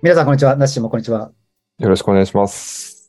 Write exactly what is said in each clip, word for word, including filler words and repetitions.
皆さん、こんにちは。ナッシーもこんにちは。 よろしくお願いします。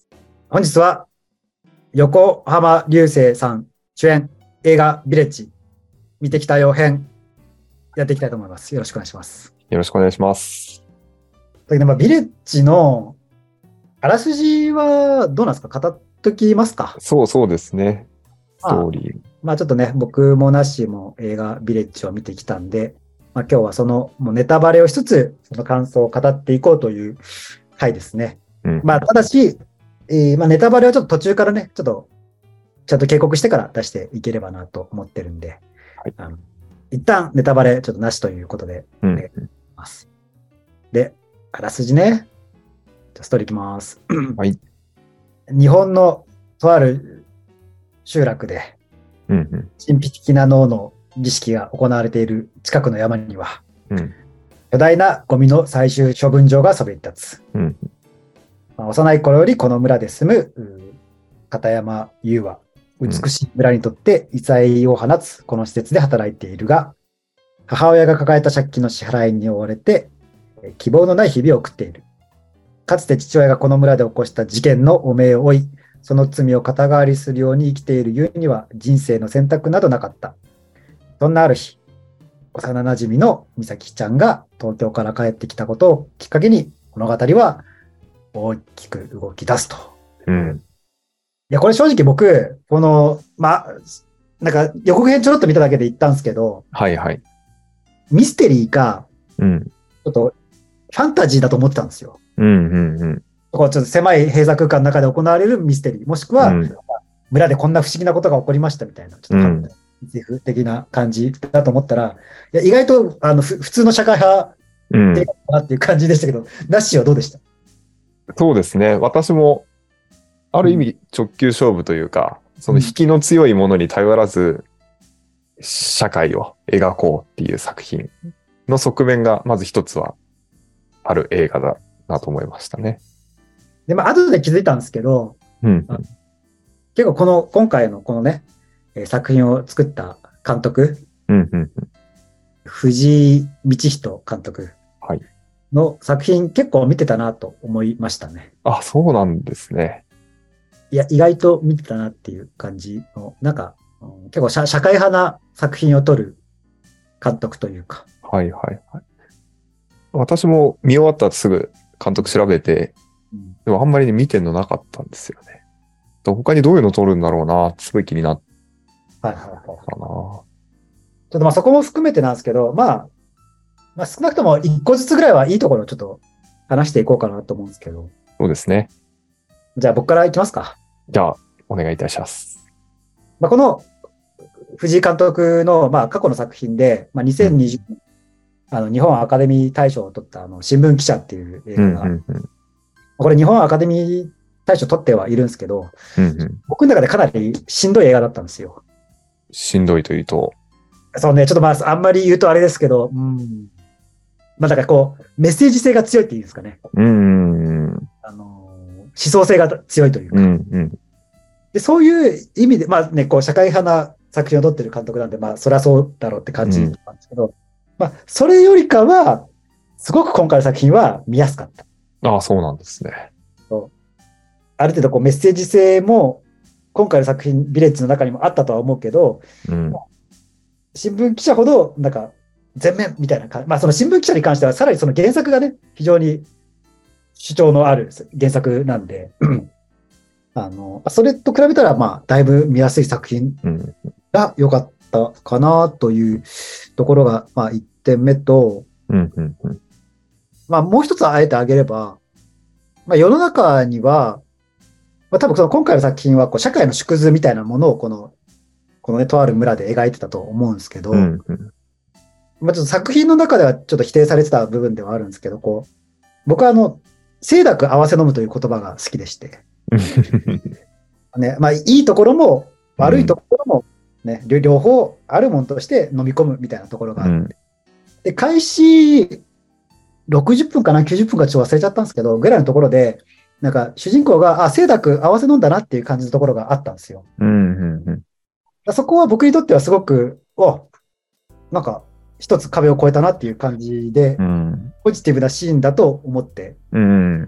本日は、横浜流星さん主演映画ビレッジ見てきたよ編やっていきたいと思います。よろしくお願いします。 よろしくお願いします。 だけど、まあ、ビレッジのあらすじはどうなんですか？語っときますか？ そうそうですね。スまあ、 トーリー。 まあちょっとね、僕もナッシーも映画ビレッジを見てきたんで、まあ今日はそのもうネタバレをしつつ、その感想を語っていこうという回ですね。 うん、 まあただし、えーまあ、ネタバレはちょっと途中からね、ちょっとちゃんと警告してから出していければなと思ってるんで、 はい、 あの一旦ネタバレちょっとなしということでお願いします。うん、で、あらすじね。じゃあストーリーいきます。 はい。 日本のとある集落で、 うんうん、神秘的な脳の儀式が行われている近くの山には、 うん、 巨大なゴミの最終処分場がそびえ立つ。 うんまあ、幼い頃よりこの村で住む片山優は、美しい村にとって異彩を放つこの施設で働いているが、母親が抱えた借金の支払いに追われて、希望のない日々を送っている。かつて父親がこの村で起こした事件の汚名を負い、その罪を肩代わりするように生きている優には人生の選択などなかった。そんなある日、幼馴染の美咲ちゃんが東京から帰ってきたことをきっかけに物語は大きく動き出すと。 うん、 いや、これ正直僕、この、まあ、なんか予告編ちょろっと見ただけで言ったんですけど、 はいはい。 ミステリーか、 うん、 ちょっとファンタジーだと思ってたんですよ。 うんうんうん。 こうちょっと狭い閉鎖空間の中で行われるミステリー、もしくは、うん、村でこんな不思議なことが起こりましたみたいな、ちょっとファンタジー的な感じだと思ったら、いや意外とあの普通の社会派映画だなっていう感じでしたけど、うん、ナッシーはどうでした？ そうですね。私も、ある意味直球勝負というか、うん、その引きの強いものに頼らず、社会を描こうっていう作品の側面が、まず一つはある映画だなと思いましたね。 で、まあ、後で気づいたんですけど、 うん、 結構この、今回のこのね、作品を作った監督、 うんうんうん、 藤井道人監督の作品結構見てたなと思いましたね。 あ、そうなんですね。 いや、意外と見てたなっていう感じの、なんか、うん、結構社、社会派な作品を撮る監督というか。 はいはいはい。私も見終わった後すぐ監督調べて、うん、でもあんまり、ね、見てんのなかったんですよね。他にどういうの撮るんだろうな、すごい気になったかな。はいはいはい、ちょっとまあそこも含めてなんですけど、まあ、まあ少なくとも一個ずつぐらいはいいところをちょっと話していこうかなと思うんですけど。 そうですね。 じゃあ僕からいきますか。 じゃあ、お願いいたします。 まあ、この藤井監督のまあ過去の作品で、まあ、にせんにじゅうねん、うん、あの日本アカデミー大賞を取ったあの新聞記者っていう映画が、うんうんうん、これ日本アカデミー大賞取ってはいるんですけど、うんうん、僕の中でかなりしんどい映画だったんですよ。 しんどいというと？ そうね、ちょっとまああんまり言うとあれですけど、うん、まあだからこうメッセージ性が強いっていうんですかね。 うんうん、 あの思想性が強いというか、 うんうん、 でそういう意味でまあねこう社会派な作品を撮ってる監督なんでまあそりゃそうだろうって感じなんですけど、うん、まあそれよりかはすごく今回の作品は見やすかった。 ああ、そうなんですね。 ある程度こうメッセージ性も今回の作品ビレッジの中にもあったとは思うけど、うん、新聞記者ほどなんか全面みたいな感じ、まあその新聞記者に関してはさらにその原作がね非常に主張のある原作なんであのそれと比べたらまあだいぶ見やすい作品が良かったかなというところがまあいってんめと、 うんうんうん、 まあもう一つあえて挙げれば、まあ、世の中にはまあ、多分その今回の作品はこう社会の縮図みたいなものをこの、このね、とある村で描いてたと思うんですけど、うんうん、まあ、ちょっと作品の中ではちょっと否定されてた部分ではあるんですけど、こう、僕はあの、清濁合わせ飲むという言葉が好きでして、ね、まあいいところも悪いところもね、うん、両方あるものとして飲み込むみたいなところがあって、うん、で、開始ろくじゅっぷんかな、きゅうじゅっぷんかちょっと忘れちゃったんですけど、ぐらいのところで、なんか主人公が、あ、清濁合わせ飲んだなっていう感じのところがあったんですよ。 うんうんうん、 そこは僕にとってはすごく、お、なんか一つ壁を越えたなっていう感じで、 うん。 ポジティブなシーンだと思ってうん。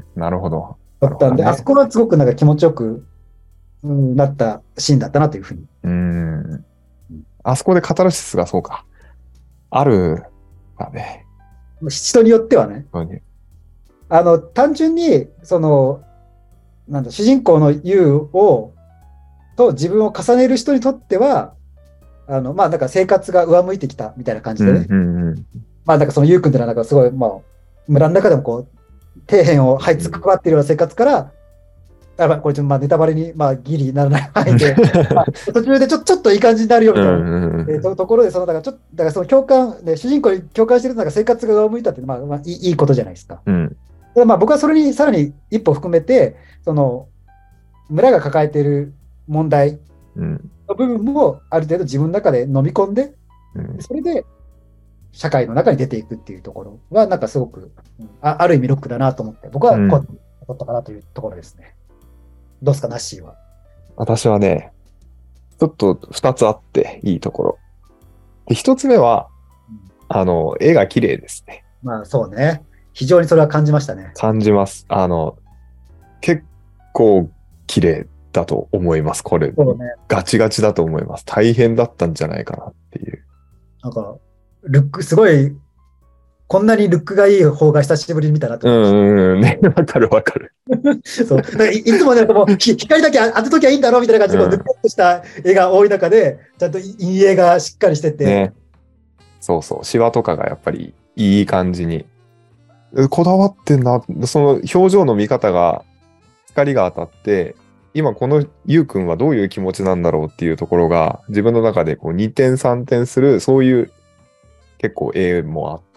なるほど。 だったんで、 なるほどね。 あそこはすごくなんか気持ちよく、うん、なったシーンだったなというふうに。 うん。あそこでカタルシスがそうか。あるかね。 人によってはね、 そうね。 あの、単純に、その、なんだ、主人公のユウを、と自分を重ねる人にとっては、あの、まあ、なんか生活が上向いてきたみたいな感じでね。 うんうんうん。 まあ、なんかそのユウ君っていうのは、なんかすごい、まあ、村の中でもこう、底辺を這いつくばっているような生活から、あ、まあ、これちょっとまあネタバレに、まあ、ギリならない範囲で、まあ、途中でちょちょっといい感じになるよみうたいな、 んうんうん。 えーと、ところで、その、だからちょっと、だからその共感、ね、主人公に共感してるなんか生活が上向いたって、まあ、まあ、いい、いいことじゃないですか。 うんで、まあ、僕はそれにさらに一歩含めて、その、村が抱えている問題うんの部分もある程度自分の中で飲み込んで、 うんそれで社会の中に出ていくっていうところは、なんかすごく、うんあ、ある意味ロックだなと思って、僕はこうだったかなというところですね。どうですか、ナッシーは。 私はね、ちょっと二つあっていいところ。で、一つ目は、 うんあの、絵が綺麗ですね。 まあそうね。非常にそれは感じましたね。 感じます。あの、結構綺麗だと思います。これ、 そうね。 ガチガチだと思います。大変だったんじゃないかなっていう。 なんか、ルック、すごい、こんなにルックがいい方が久しぶりに見たなとう思いましんうん、ね、わかるわかる。 た。そう。なんかい、いつもね、もうひ光だけ当てときゃいいんだろうみたいな感じで、こう、 うんぬくっとした絵が多い中で、ちゃんと陰影がしっかりしてて、 ね。そうそう。シワとかがやっぱりいい感じに。えこだわってんな。その表情の見方が、光が当たって、今このゆうくんはどういう気持ちなんだろうっていうところが、自分の中でこうにてんさんてんする、そういう結構絵もあって、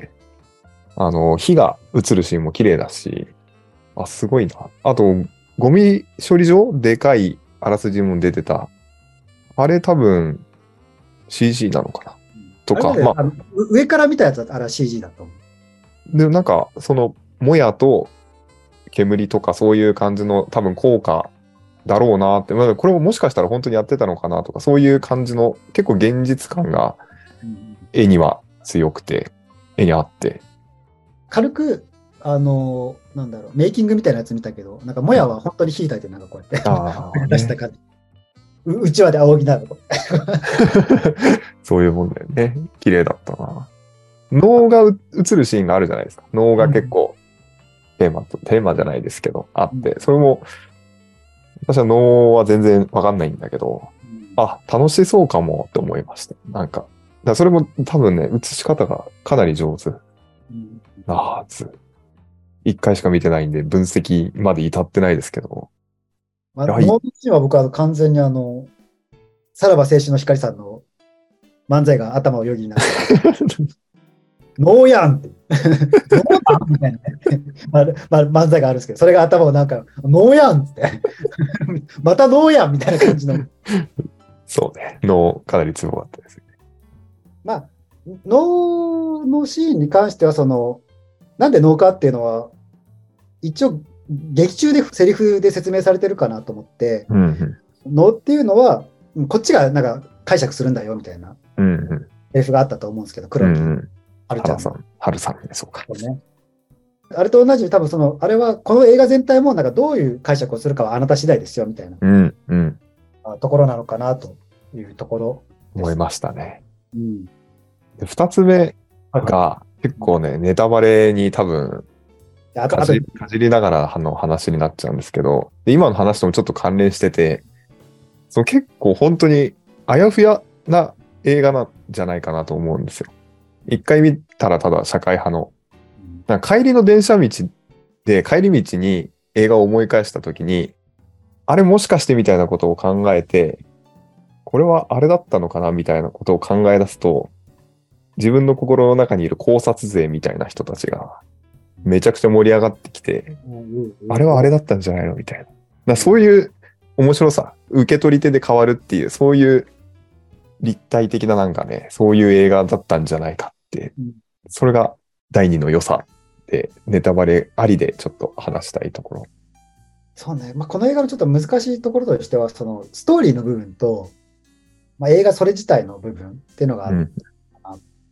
あの、火が映るシーンも綺麗だし、あ、すごいな。あと、ゴミ処理場でかいあらすじも出てた。あれ多分 シージー なのかなとか、 あれだね、 まあ、 あのう上から見たやつはあれは シージー だと思う。 で、なんか、その、もやと煙とかそういう感じの多分効果だろうなって、まあ、これももしかしたら本当にやってたのかなとか、そういう感じの結構現実感がうん絵には強くて、絵にあって。 軽く、あのーなんだろう、メイキングみたいなやつ見たけど、なんか、もやは本当に火焚いて、なんかこうやってああ、ね。 出した感じ。ううちわで仰ぎながら。 そういうもんだよね。綺麗だったな。能がう映るシーンがあるじゃないですか。能が結構テーマと、テーマじゃないですけど、あって、それも、私は能は全然わかんないんだけど、あ、楽しそうかもって思いました。なんか、だからそれも多分ね、映し方がかなり上手うんなはず。一回しか見てないんで、分析まで至ってないですけど。 まあ、 はいノービチは僕は完全にあの、さらば青春の光さんの漫才が頭をよぎりながら、ノーヤンって、ノーヤンみたいなね、まあまあ、漫才があるんですけど、それが頭をなんか、ノーヤンって、またノーヤンみたいな感じの。 そうね。能、かなり強かったですね。 まあ、能のシーンに関しては、その、なんで能かっていうのは、一応、劇中でセリフで説明されてるかなと思って、 うんうん。 能っていうのは、こっちがなんか解釈するんだよみたいなうんうん。 セリフがあったと思うんですけど、 う黒木んうん。 あるちゃんの。 春さん、春さんね、そうか。 ね。あれと同じ、多分その、あれは、この映画全体もなんかどういう解釈をするかはあなた次第ですよみたいなうんうん。 あところなのかなというところです。 思いましたね。 うん。 で二つ目はいが結構ね、ネタバレに多分であと、あとかじ、かじりながらあの話になっちゃうんですけど、で今の話ともちょっと関連してて、その結構本当にあやふやな映画なんじゃないかなと思うんですよ。一回見たらただ社会派の。なんか帰りの電車道で帰り道に映画を思い返した時に、あれもしかしてみたいなことを考えて、これはあれだったのかなみたいなことを考え出すと、自分の心の中にいる考察勢みたいな人たちがめちゃくちゃ盛り上がってきて、あれはあれだったんじゃないのみたいな。だからそういう面白さ、受け取り手で変わるっていう、そういう立体的ななんかね、そういう映画だったんじゃないかって、それが第二の良さで、ネタバレありでちょっと話したいところ。 そうね。まあ、この映画のちょっと難しいところとしては、そのストーリーの部分と、まあ、映画それ自体の部分っていうのがあるうん。 と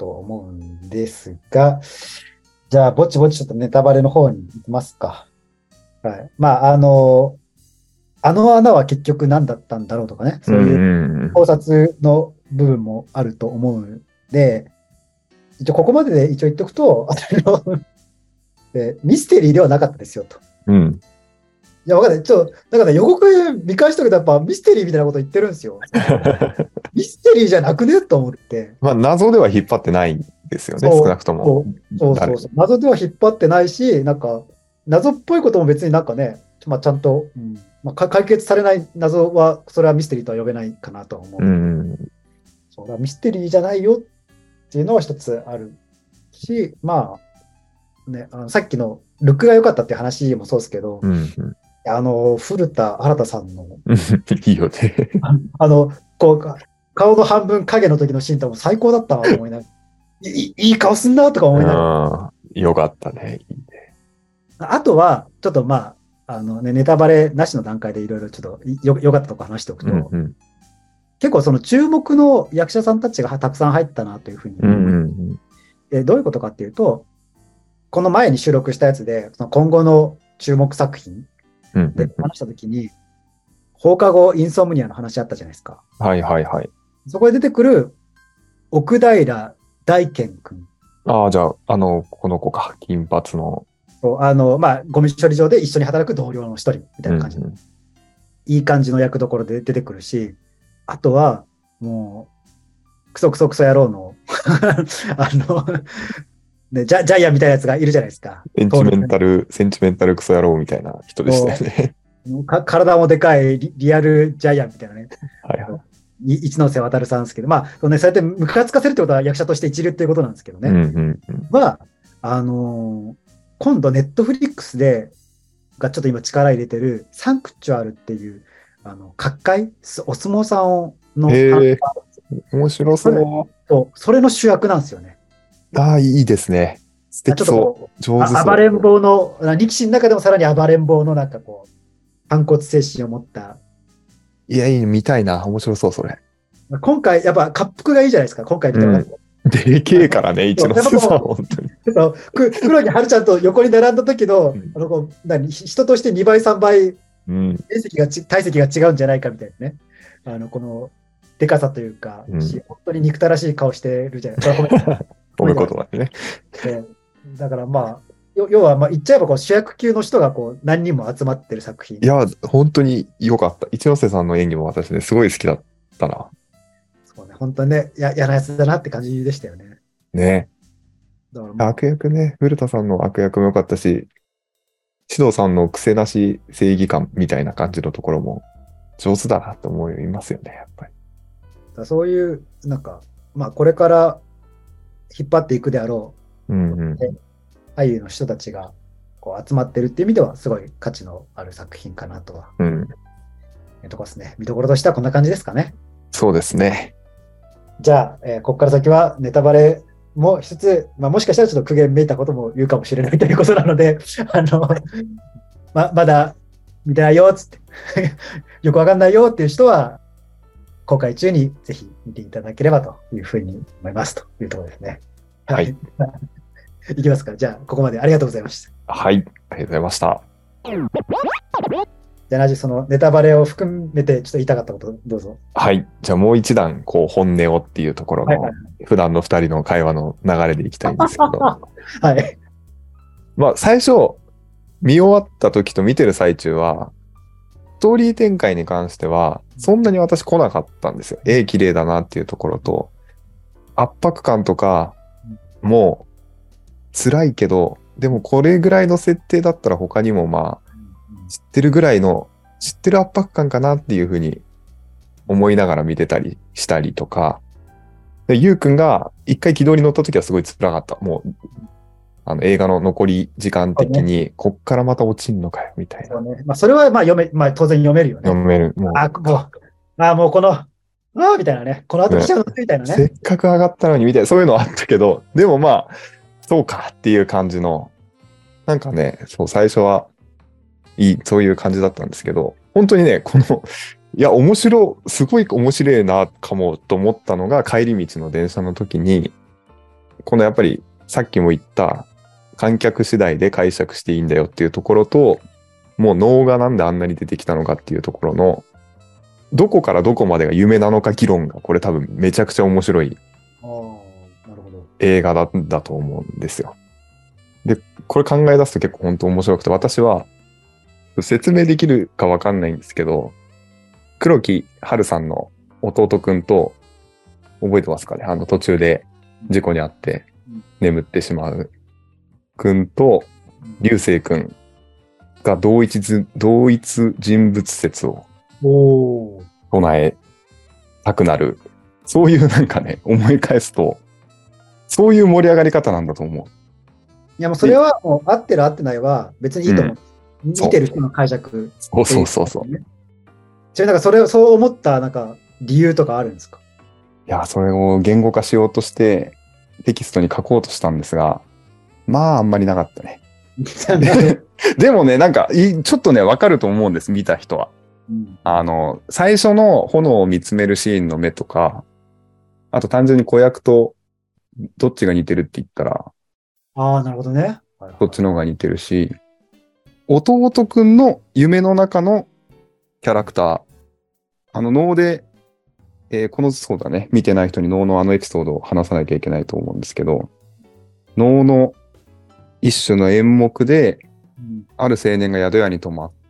と思うんですが、じゃあ、ぼちぼちちょっとネタバレの方に行きますか。はい。まあ、あの、あの穴は結局何だったんだろうとかね、そういう考察の部分もあると思うので、一応ここまでで一応言っておくと、あのでミステリーではなかったですよと。 うん。 いや、わかんない。ちょっと、だから予告見返したけど、やっぱミステリーみたいなこと言ってるんですよ。ミステリーじゃなくねと思って。 まあ、謎では引っ張ってないですよね、 そう少なくとも。 そうそうそう。謎では引っ張ってないし、なんか、謎っぽいことも別になんかね、まあ、ちゃんと、うんまあ、解決されない謎は、それはミステリーとは呼べないかなとは思う。 うん、 そうだミステリーじゃないよっていうのは一つあるし、まあ、ね、あのさっきのルックが良かったっていう話もそうですけど、 うんうん、 あの、古田新太さんの、 いいよね。 あの、こう、顔の半分影の時のシーンとかも最高だったなと思いながら、いいい顔すんなとか思いながら。 よかったね。いいね。 あとは、ちょっとまあ、あのね、ネタバレなしの段階でいろいろちょっとよよかったとこ話しておくと、 うんうん、 結構その注目の役者さんたちがたくさん入ったなというふうに思う。 うんうん、 でどういうことかっていうと、この前に収録したやつで、その今後の注目作品で話したときに、放課後インソムニアの話あったじゃないですか。 はいはいはい。 そこで出てくる奥平大賢君。 ああ、じゃあ、あの、この子か、金髪の。 そうあの、まあ、ゴミ処理場で一緒に働く同僚の一人みたいな感じ、うんうん、いい感じの役どころで出てくるし、あとは、もう、クソクソクソ野郎の、あの、ね、ジャ、ジャイアンみたいなやつがいるじゃないですか。 センチメンタル、センチメンタルクソ野郎みたいな人でしたよね。 か体もでかいリ、リアルジャイアンみたいなね。 はいはい。 一ノ瀬渡さんですけど、まあ、ね、そうやってムカつかせるってことは役者として一流っていうことなんですけどね。 うんうんうん、 は、あのー、今度ネットフリックスで、がちょっと今力入れてるサンクチュアルっていう、あの、角界お相撲さんの、 へー、面白そう。 そう。それの主役なんですよね。 ああ、いいですね。素敵そう。上手そう。 暴れん坊の、力士の中でもさらに暴れん坊のなんかこう、反骨精神を持った。 いや、いい、見たいな。面白そう、それ。 今回、やっぱ、滑腹がいいじゃないですか、今回見てもらって。 うん、でけえからね、一ノ瀬さん、本当に。 黒木春ちゃんと横に並んだ時の、うん、あのこう何人としてにばい、さんばい、うん、体積がち体積が違うんじゃないかみたいなね。あの、この、でかさというか、うん、本当に憎たらしい顔してるじゃないですか。 褒め言葉でね。 だからまあ、要はまあ言っちゃえばこう主役級の人がこう何人も集まってる作品。 いや、本当に良かった。一ノ瀬さんの演技も私ね、すごい好きだったな。 そうね、本当にね、や、やなやつだなって感じでしたよね。 ね。だからまあ、悪役ね、古田さんの悪役も良かったし、獅童さんの癖なし正義感みたいな感じのところも上手だなと思いますよね、やっぱり。 だそういう、なんか、まあこれから引っ張っていくであろう、うんうん、俳優の人たちがこう集まってるっていう意味では、すごい価値のある作品かなとは。うん。えとこですね。見どころとしてはこんな感じですかね。 そうですね。 じゃあ、えー、ここから先はネタバレも一つ、まあ、もしかしたらちょっと苦言めいたことも言うかもしれないということなので、あの、ま、まだ見てないよっつって、よくわかんないよっていう人は、公開中にぜひ見ていただければというふうに思いますというところですね。 はい。 いきますか。じゃあ、ここまでありがとうございました。 はい。ありがとうございました。 じゃあ、なじそのネタバレを含めてちょっと言いたかったことどうぞ。 はい。じゃあもう一段、こう、本音をっていうところの、普段の二人の会話の流れでいきたいんですけど。 はい。 まあ、最初、見終わった時と見てる最中は、ストーリー展開に関しては、そんなに私来なかったんですよ。絵綺麗だなっていうところと、圧迫感とか、もう、辛いけど、でもこれぐらいの設定だったら他にもまあ、知ってるぐらいの、知ってる圧迫感かなっていうふうに思いながら見てたりしたりとか、でゆうくんが一回軌道に乗った時はすごい辛かった。もう、あの映画の残り時間的に、こっからまた落ちんのかよ、みたいな。 そうね。まあ、それはまあ読め、まあ当然読めるよね。 読める。もう。 あ、もう、あ、もうこの、ああ、みたいなね。この後来ちゃうみたいなね。 せっかく上がったのに、みたいな、そういうのはあったけど、でもまあ、そうかっていう感じの、なんかね、そう、最初は、いい、そういう感じだったんですけど、本当にね、この、いや、面白、すごい面白いな、かもと思ったのが、帰り道の電車の時に、 このやっぱりさっきも言った観客次第で解釈していいんだよっていうところと、もう能がなんであんなに出てきたのかっていうところの、どこからどこまでが夢なのか議論が、これ多分めちゃくちゃ面白いああ、なるほど。 映画だ、だと思うんですよ。で、これ考え出すと結構本当面白くて、私は説明できるかわかんないんですけど、黒木華さんの弟くんと、覚えてますかね、あの途中で事故に遭って眠ってしまうくんと、流星くんが同一ず、同一人物説をおー。 唱えたくなる。そういうなんかね、思い返すと、そういう盛り上がり方なんだと思う。 いや、もうそれはもう合ってる合ってないは別にいいと思う。 うん見てる人の解釈。 そうそうそうそう。いちなみになんかそれをそう思ったなんか理由とかあるんですか？ や、それを言語化しようとしてテキストに書こうとしたんですが、まああんまりなかったね。でもね、なんかいちょっとね、わかると思うんです、見た人は。 うん、 あの、最初の炎を見つめるシーンの目とか、あと単純に子役とどっちが似てるって言ったら、 ああ、なるほどね。 どっちの方が似てるし、弟くんの夢の中のキャラクター、あの能で、えーこの、そうだね、見てない人に能のあのエピソードを話さなきゃいけないと思うんですけど、能の一種の演目で、 うん、 ある青年が宿屋に泊まって、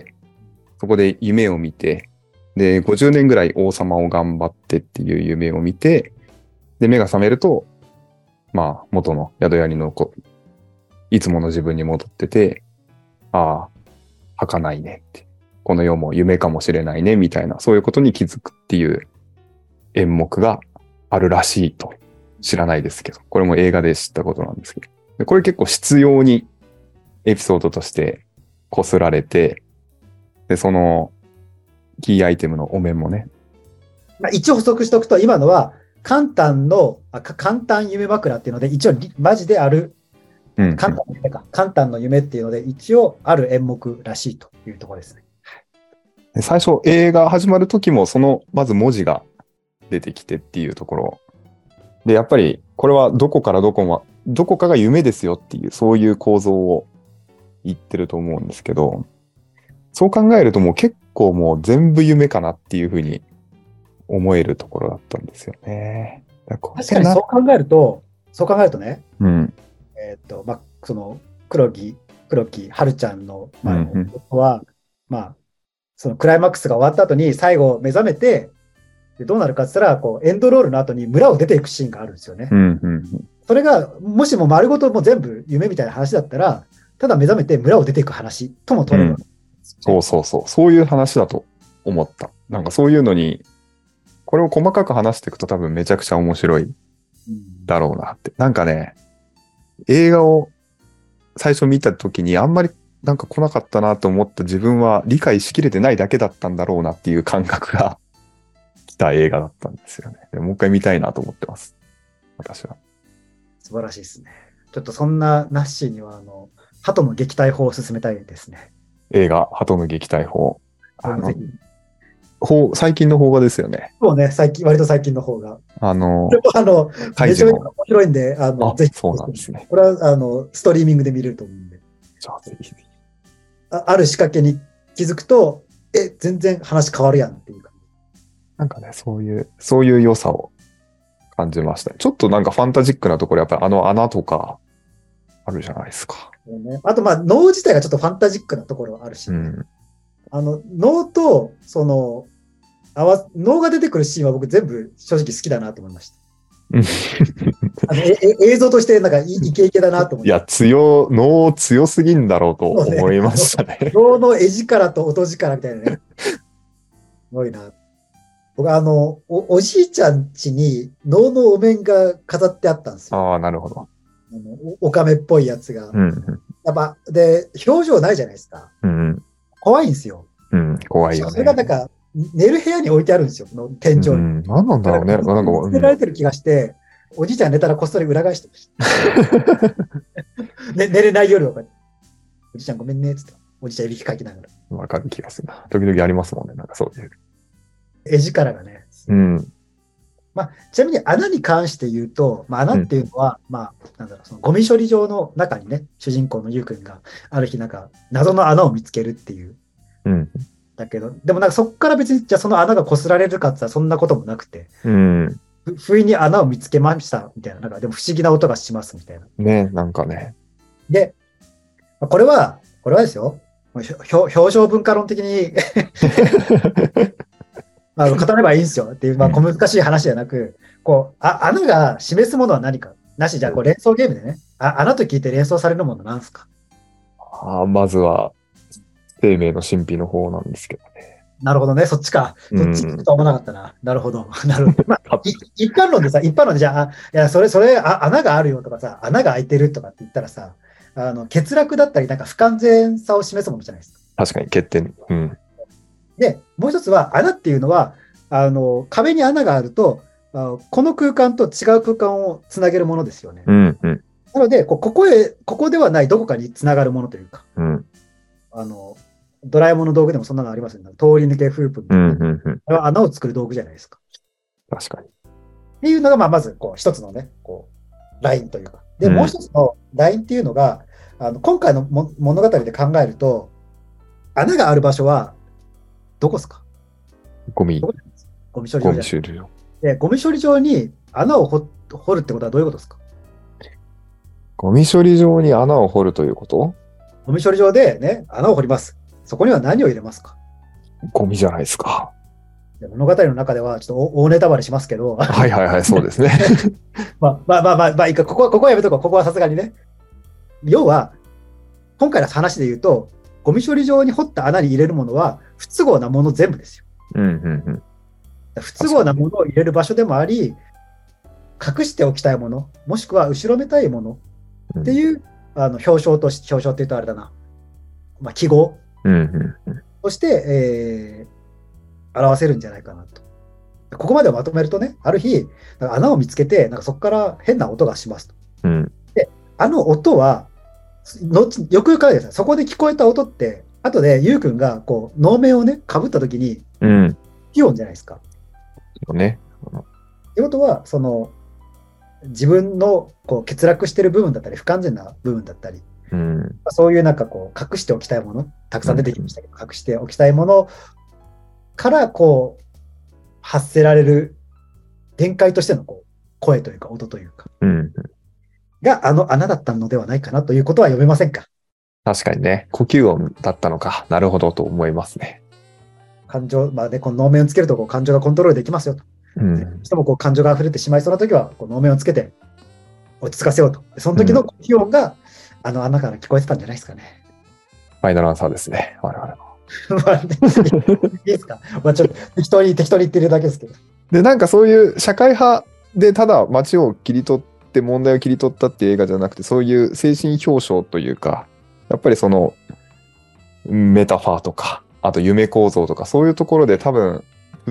そこで夢を見て、で、ごじゅうねんぐらい王様を頑張ってっていう夢を見て、で、目が覚めると、まあ、元の宿屋に残る、いつもの自分に戻ってて、ああ、儚いねって。この世も夢かもしれないね、みたいな、そういうことに気づくっていう演目があるらしいと。知らないですけど、これも映画で知ったことなんですけど。でこれ結構執拗にエピソードとしてこすられて、で、そのキーアイテムのお面もね。 まあ、一応補足しておくと、今のは簡単の、あか簡単夢枕っていうので、一応マジである、 うん、うん。 簡単の夢か、簡単の夢っていうので、一応ある演目らしいというところですね。 で最初映画始まる時もそのまず文字が出てきてっていうところで、やっぱりこれはどこからどこまどこかが夢ですよっていうそういう構造を言ってると思うんですけど、そう考えるともう結構もう全部夢かなっていうふうに思えるところだったんですよね。だから確かにそう考えると、そう考えるとね、 うん、 えっと、まあ、その黒木、黒木春ちゃんの前のうんうん夫は、まあ、そのクライマックスが終わった後に最後目覚めて、でどうなるかって言ったら、こうエンドロールの後に村を出ていくシーンがあるんですよね。 うんうん、 それが、もしも丸ごともう全部夢みたいな話だったら、ただ目覚めて村を出ていく話とも取れるわけですよね。 そうそうそう、そういう話だと思った。なんかそういうのに、これを細かく話していくと多分めちゃくちゃ面白いうんだろうなって。なんかね、映画を最初見た時にあんまりなんか来なかったなと思った自分は理解しきれてないだけだったんだろうなっていう感覚が来た映画だったんですよね。でもう一回見たいなと思ってます。私は。 素晴らしいですね。ちょっとそんなナッシーには、あの、鳩の撃退法を進めたいですね。 映画、鳩の撃退法。あのぜひ、 法最近の邦画ですよね。 そうね、最近、割と最近の方が。 あの、 あの、 カイジのめちゃめちゃ面白いんで、あの、 あぜひ、 そうなんですね。 これは、あの、ストリーミングで見れると思うんで。 じゃあぜひぜひ。 あある仕掛けに気づくと、え、全然話変わるやんっていうか。 なんかね、そういう、そういう良さを感じました。ちょっとなんかファンタジックなところ、やっぱりあの穴とかあるじゃないですか。 ね、あと、まあ、脳自体がちょっとファンタジックなところはあるし、 うん。 あの、脳と、その、あわ、脳が出てくるシーンは僕全部正直好きだなと思いました。あのええ映像としてなんかイイケイケだなと思って。 いや、強、脳強すぎんだろうと思いましたね。 脳の絵力と音力みたいなね。すごいな。僕、あの、お、おじいちゃん家に能のお面が飾ってあったんですよ。 ああ、なるほど。 あのお、おかめっぽいやつが。 うん、 やっぱ、で、表情ないじゃないですか。 うん、うん、 怖いんですよ。 うん、怖いよね。 それがなんか、寝る部屋に置いてあるんですよ、この天井に。 うん、何なんだろうね。なんか、 捨てられてる気がして、おじいちゃん寝たらこっそり裏返してました。ね、寝れない夜はこうやっておじいちゃんごめんね、つって。おじいちゃんいびきかきながら。 うん、わかる気がするな。時々ありますもんね。なんかそういう。 絵力がね。 うん。 まあ、ちなみに穴に関して言うと、まあ、穴っていうのは、うん、まあ、なんだろう、そのゴミ処理場の中にね、主人公のゆうくんがある日なんか謎の穴を見つけるっていう。 うん。 だけど、でもなんかそこから別に、じゃあその穴がこすられるかって言ったらそんなこともなくて、 うん。 不意に穴を見つけましたみたいな、なんかでも不思議な音がしますみたいな。 ね、なんかね。 で、これは、これはですよ、表彰文化論的にまあ、語ればいいんですよっていう、まあ、小難しい話じゃなく、こう、あ、穴が示すものは何かなし、じゃあ、こう連想ゲームでね、あ、穴と聞いて連想されるものなんですか？ あ、まずは、生命の神秘の方なんですけどね。 なるほどね、そっちか。そっちとは思わなかったな。なるほど。なるほど。まあ、一般論でさ、一般論でじゃあ、いや、それ、それあ、穴があるよとかさ、穴が開いてるとかって言ったらさ、あの、欠落だったり、なんか不完全さを示すものじゃないですか。 確かに、欠点。うん。 で、もう一つは、穴っていうのは、あの、壁に穴があると、あこの空間と違う空間をつなげるものですよね。 うんうん、 なのでこ、ここへ、ここではないどこかにつながるものというか、 うん、 あの、ドラえもんの道具でもそんなのありますよね。通り抜けフープみたいな、うんうんうん。あれは穴を作る道具じゃないですか。 確かに。 っていうのが、まあ、まず、こう、一つのね、こう、ラインというか。で、もう一つのラインっていうのが、あの、今回のも物語で考えると、穴がある場所は、どこですか？ ゴミ。 ゴミ処理場。 ゴミ処理場。 で、ゴミ処理場に穴を掘、掘るってことはどういうことですか？ ゴミ処理場に穴を掘るということ？ ゴミ処理場でね、穴を掘ります。そこには何を入れますか？ ゴミじゃないですか。 物語の中では、ちょっと大ネタバレしますけど。 はいはいはい、そうですね。 まあまあまあまあ、まあ、いいか、ここは、ここはやめとこう。ここはさすがにね。要は、今回の話で言うと、ゴミ処理場に掘った穴に入れるものは、不都合なもの全部ですよ。 うんうんうん。 不都合なものを入れる場所でもあり、隠しておきたいもの、もしくは後ろめたいものっていう、うん、あの表彰とし、表彰って言うとあれだな、まあ、記号として、えー、表せるんじゃないかなと。ここまでをまとめるとね、ある日、なんか穴を見つけて、なんかそこから変な音がしますと。 うん、 で、あの音は、のよくよく考えてください。そこで聞こえた音って、後でゆうくんがこう能面をね、かぶったときに、 うん、 ピヨンじゃないですか。 ね。 ってことは、その、自分のこう欠落してる部分だったり、不完全な部分だったり、 うん、 そういうなんかこう、隠しておきたいもの、たくさん出てきましたけど、うん、隠しておきたいものからこう、発せられる限界としてのこう声というか、音というか、 うん、 があの穴だったのではないかなということは読めませんか？ 確かにね、呼吸音だったのか、なるほどと思いますね。 感情、まあね、この能面をつけるとこう感情がコントロールできますよと。うん、しかもこう感情が溢れてしまいそうなときは、こう能面をつけて落ち着かせようと。その時の呼吸音が、うん、あの穴から聞こえてたんじゃないですかね。 ファイナルアンサーですね、我々の。 いいですか、まあ、ちょっと適当に適当に言ってるだけですけど。 で、なんかそういう社会派でただ街を切り取って問題を切り取ったっていう映画じゃなくて、そういう精神表彰というか、やっぱりそのメタファーとか、あと夢構造とか、そういうところで多分、うん、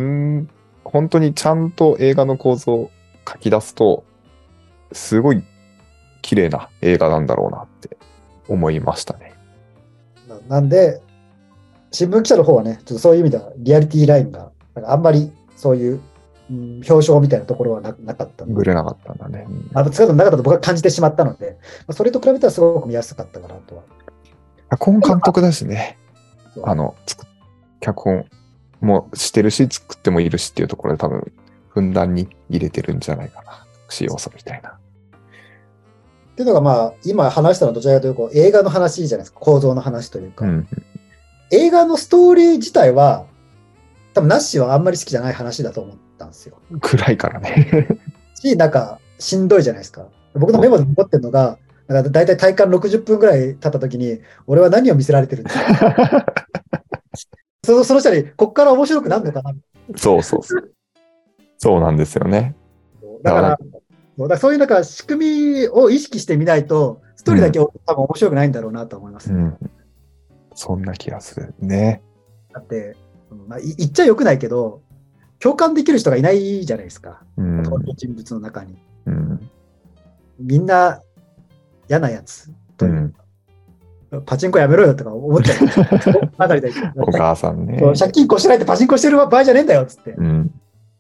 本当にちゃんと映画の構造を書き出すと、すごい綺麗な映画なんだろうなって思いましたね。 なんで、新聞記者の方はね、ちょっとそういう意味ではリアリティラインが、なんかあんまりそういう、うん、表彰みたいなところは な, なかったので。 ぶれなかったんだね。 あの、少なくともなかったと僕は感じてしまったので、それと比べたらすごく見やすかったかなとは。 脚本監督だしね。あの、脚本もしてるし、作ってもいるしっていうところで多分、ふんだんに入れてるんじゃないかな。隠し要素みたいな。 っていうのがまあ、今話したのはどちらかというと、映画の話じゃないですか。構造の話というか。うん、映画のストーリー自体は、多分ナッシーはあんまり好きじゃない話だと思ったんですよ。 暗いからね。 し、なんか、しんどいじゃないですか。僕のメモで残ってるのが、なんかだいたい体感ろくじゅっぷんぐらい経った時に、俺は何を見せられてるんですかその、その人に、こっから面白くなるのかな。 そうそうそう。そうなんですよね。 だから、だからそういうなんか仕組みを意識してみないと、ストーリーだけ多分面白くないんだろうなと思います、ね。うんうん、 そんな気がするね。 だって、まあ、言っちゃよくないけど、共感できる人がいないじゃないですか。うん、人物の中に。うん、みんな嫌なやつというか、うん、パチンコやめろよとか思っちゃう。 お母さんね。 借金こしらえてパチンコしてる場合じゃねえんだよっつって。うん、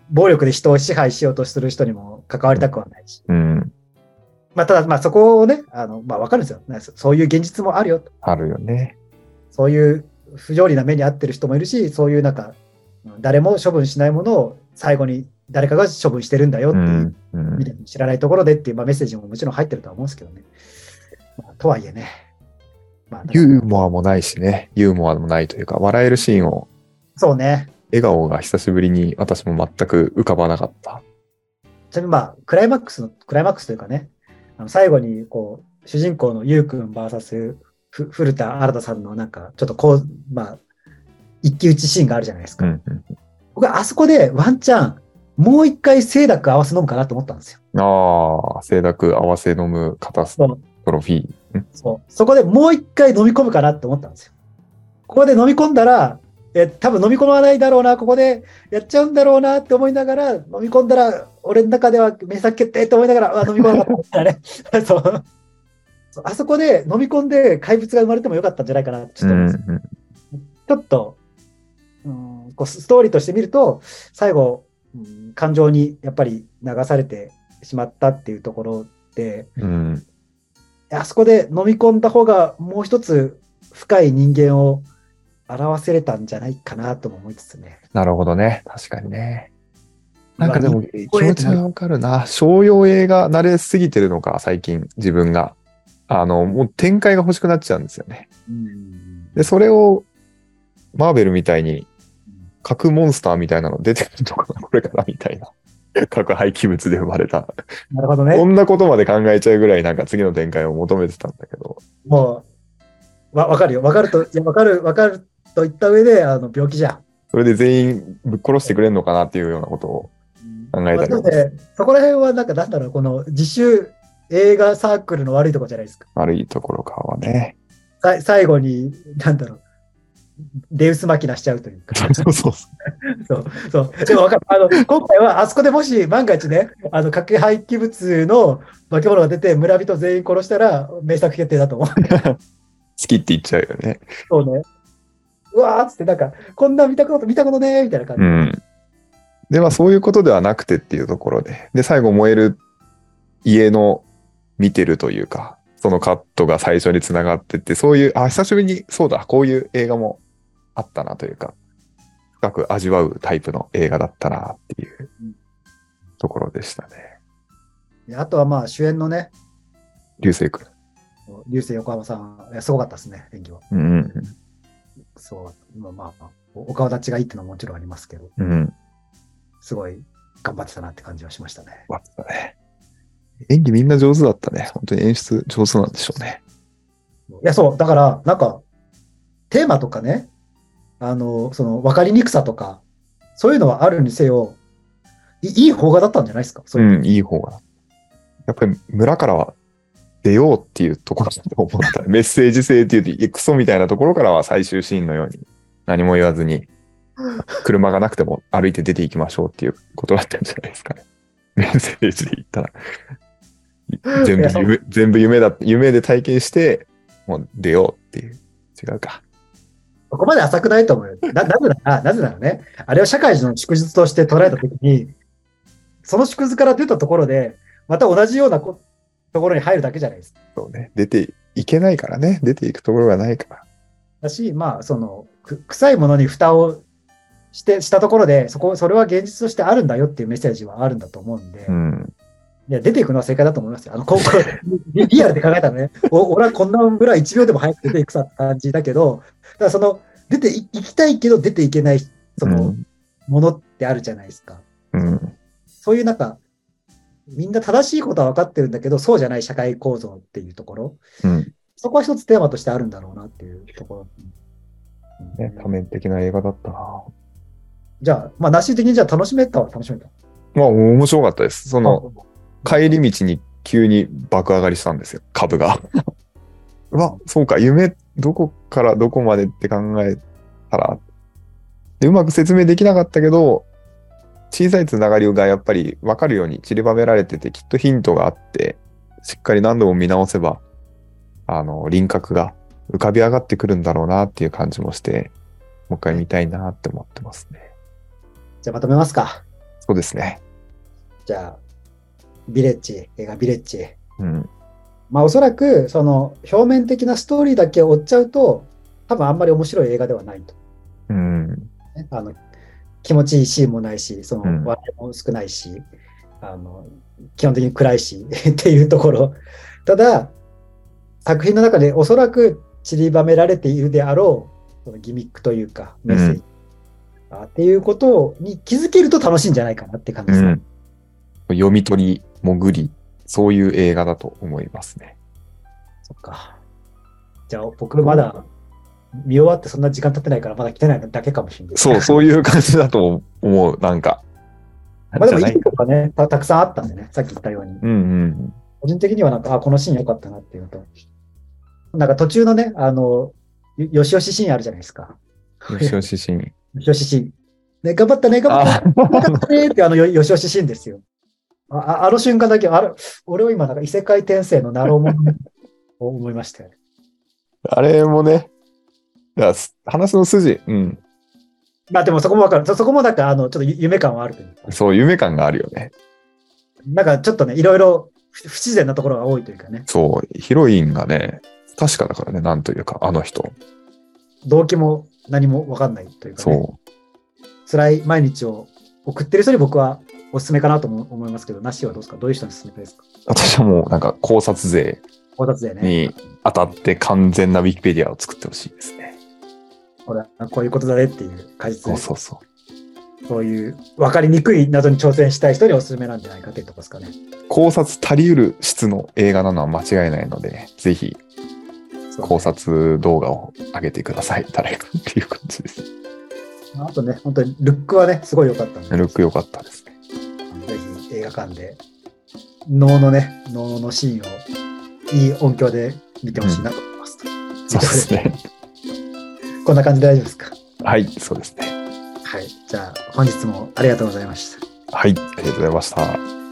暴力で人を支配しようとする人にも関わりたくはないし。 うん。 まあ、ただ、まあ、そこをね、あの、まあ、わかるんですよ。ねそういう現実もあるよと。 あるよね。 そういう不条理な目に遭ってる人もいるし、そういうなんか、誰も処分しないものを最後に誰かが処分してるんだよっていう、 うんうんみたいな知らないところでっていう、まあ、メッセージももちろん入ってるとは思うんですけどね。まあ、とはいえね。まあ、だからユーモアもないしね。ユーモアもないというか、笑えるシーンを、 そうね。 笑顔が久しぶりに私も全く浮かばなかった。 ちなみにまあ、クライマックスの、クライマックスというかね、あの最後にこう、主人公のユウ君 ブイエス ふ古田新太さんのなんか、ちょっとこう、まあ、一騎打ちシーンがあるじゃないですか。 うんうん、 僕はあそこでワンチャン、もう一回清濁合わせ飲むかなと思ったんですよ。 ああ、清濁合わせ飲むカタスそうトロフィー。んそう。そこでもう一回飲み込むかなと思ったんですよ。ここで飲み込んだら、え、多分飲み込まないだろうな、ここでやっちゃうんだろうなって思いながら、飲み込んだら、俺の中では名作決定って思いながら、あ飲み込まなかったね。そうそうあそこで飲み込んで怪物が生まれてもよかったんじゃないかなってちょっと思うんですよ。 うんうんちょっと、うんこうストーリーとして見ると、最後、うん感情にやっぱり流されてしまったっていうところで、 うんあそこで飲み込んだ方がもう一つ深い人間を表せれたんじゃないかなとも思いつつね。 なるほどね。確かにね。なんかでも気うわ持ちはわかるな。商用映画慣れすぎてるのか、最近自分が。あの、もう展開が欲しくなっちゃうんですよね。 うんで、それをマーベルみたいに核モンスターみたいなの出てくるのかな、これからみたいな。核廃棄物で生まれた。 なるほどね。 こんなことまで考えちゃうぐらいなんか次の展開を求めてたんだけど。 もう、わ、わかるよ。わかると、いや、わかる、わかると言った上で、あの、病気じゃん。 それで全員ぶっ殺してくれるのかなっていうようなことを考えたりまあ、でそこら辺は、なんか、なんだろう、この自主映画サークルの悪いところじゃないですか。 悪いところかはね。 さ最後に、なんだろう、デウスマキナしちゃうというか。 そうそうそそう、そう。でもわかる。あの、今回は、あそこでもし万が一ね、あの、核廃棄物の化け物が出て、村人全員殺したら、名作決定だと思う。 う。好きって言っちゃうよね。 そうね。うわーっつって、なんか、こんな見たこと、見たことねーみたいな感じ。 うん。で、まあそういうことではなくてっていうところで。で、最後燃える家の見てるというか、そのカットが最初につながってって、そういう、あ、久しぶりに、そうだ、こういう映画もあったなというか、深く味わうタイプの映画だったなっていうところでしたね。 であとはまあ、主演のね、 流星君。 流星横浜さん、いやすごかったですね、演技は。 うんうんそう、まあまあ、お顔立ちがいいっていうのももちろんありますけど、 うん。うん。 すごい頑張ってたなって感じはしましたね。 わったね。演技みんな上手だったね。本当に演出上手なんでしょうね。 いや、そう、だから、なんか、テーマとかね、あの、その、分かりにくさとか、そういうのはあるにせよ、いいい邦画だったんじゃないですか、そういうの。 うん、いい方が。やっぱり村からは出ようっていうところだと思った。メッセージ性っていうと、いやクソみたいなところからは最終シーンのように何も言わずに、車がなくても歩いて出ていきましょうっていうことだったんじゃないですかね。メッセージで言ったら。全部夢、全部夢だ、夢で体験して、もう出ようっていう。違うか。 そこまで浅くないと思うよ。な、なぜなら、なぜならね、あれを社会の祝日として捉えたときに、その祝日から出たところで、また同じようなこところに入るだけじゃないですか。 そうね。出ていけないからね。出ていくところがないから。 だし、まあ、その、く臭いものに蓋をして、したところで、そこ、それは現実としてあるんだよっていうメッセージはあるんだと思うんで、 うん。 いや、出ていくのは正解だと思いますよ。あの、ここリリアルで考えたらね、お俺はこんなぐらいいちびょうでも早く出ていくさって感じだけど、だからその、出ていきたいけど出ていけない、その、ものってあるじゃないですか。 うん。 そういうなんか、みんな正しいことは分かってるんだけど、そうじゃない社会構造っていうところ、 うん。 そこは一つテーマとしてあるんだろうなっていうところ。 ね、多面的な映画だったな。 じゃあ、まあ、なし的にじゃあ楽しめたは楽しめた。 まあ、面白かったです。その、帰り道に急に爆上がりしたんですよ、株が。うわ、そうか、夢、どこからどこまでって考えたら、でうまく説明できなかったけど、小さいつながりがやっぱり分かるように散りばめられてて、きっとヒントがあって、しっかり何度も見直せば、あの、輪郭が浮かび上がってくるんだろうなっていう感じもして、もう一回見たいなって思ってますね。 じゃあまとめますか。 そうですね。 じゃあ、ビレッジ、映画ビレッジ。 うん。 まあおそらく、その表面的なストーリーだけを追っちゃうと、多分あんまり面白い映画ではないと。 うん。 ね、あの気持ちいいシーンもないし、そうんの笑いも少ないし、あの基本的に暗いしっていうところ。ただ、作品の中でおそらく散りばめられているであろう、そのギミックというか、メッセージ、うん、っていうことに気づけると楽しいんじゃないかなって感じですね。 うん、読み取り、潜り、そういう映画だと思いますね。 そっか。じゃあ僕まだ見終わってそんな時間経ってないからまだ来てないだけかもしれない。 そう、そういう感じだと思う、なんか。 まあでもいいとかねた、たくさんあったんでね、さっき言ったように。 うんうん、 個人的にはなんか、あ、このシーン良かったなっていうのと、なんか途中のね、あの、よしよしシーンあるじゃないですか。 よしよしシーン。 よしよしシーン。ね、頑張ったね、頑張ったね、頑張ったねってあのよよしよしシーンですよ。あ, あの瞬間だけ、あれ、俺は今なんか異世界転生のナローモンを思いましたよね。 あれもね、話の筋、うん。 まあでもそこもわかる。そこもなんか、あの、ちょっと夢感はあるというか。 そう、夢感があるよね。 なんかちょっとね、いろいろ不自然なところが多いというかね。 そう、ヒロインがね、確かだからね、なんというか、あの人。 動機も何もわかんないというかね。そう。辛い毎日を送ってる人に僕はおすすめかなとも思いますけど、なしはどうですか？どういう人におすすめですか？ 私はもうなんか考察勢考察勢ね。 に当たって完全なウィキペディアを作ってほしいですね。 ほら、こういうことだねっていう解説。 そうそうそう。 そういう分かりにくい謎に挑戦したい人におすすめなんじゃないかというところですかね。 考察足りうる質の映画なのは間違いないので、ぜひ考察動画を上げてください、誰かっていう感じです。 あとね、本当にルックはね、すごい良かったんで。 ルック良かったですね。 ぜひ映画館で能のね、能のシーンをいい音響で見てほしいなと思います。 うん、そうですね。 こんな感じで大丈夫ですか？ はい、そうですね。 はい、じゃあ本日もありがとうございました。 はい、ありがとうございました。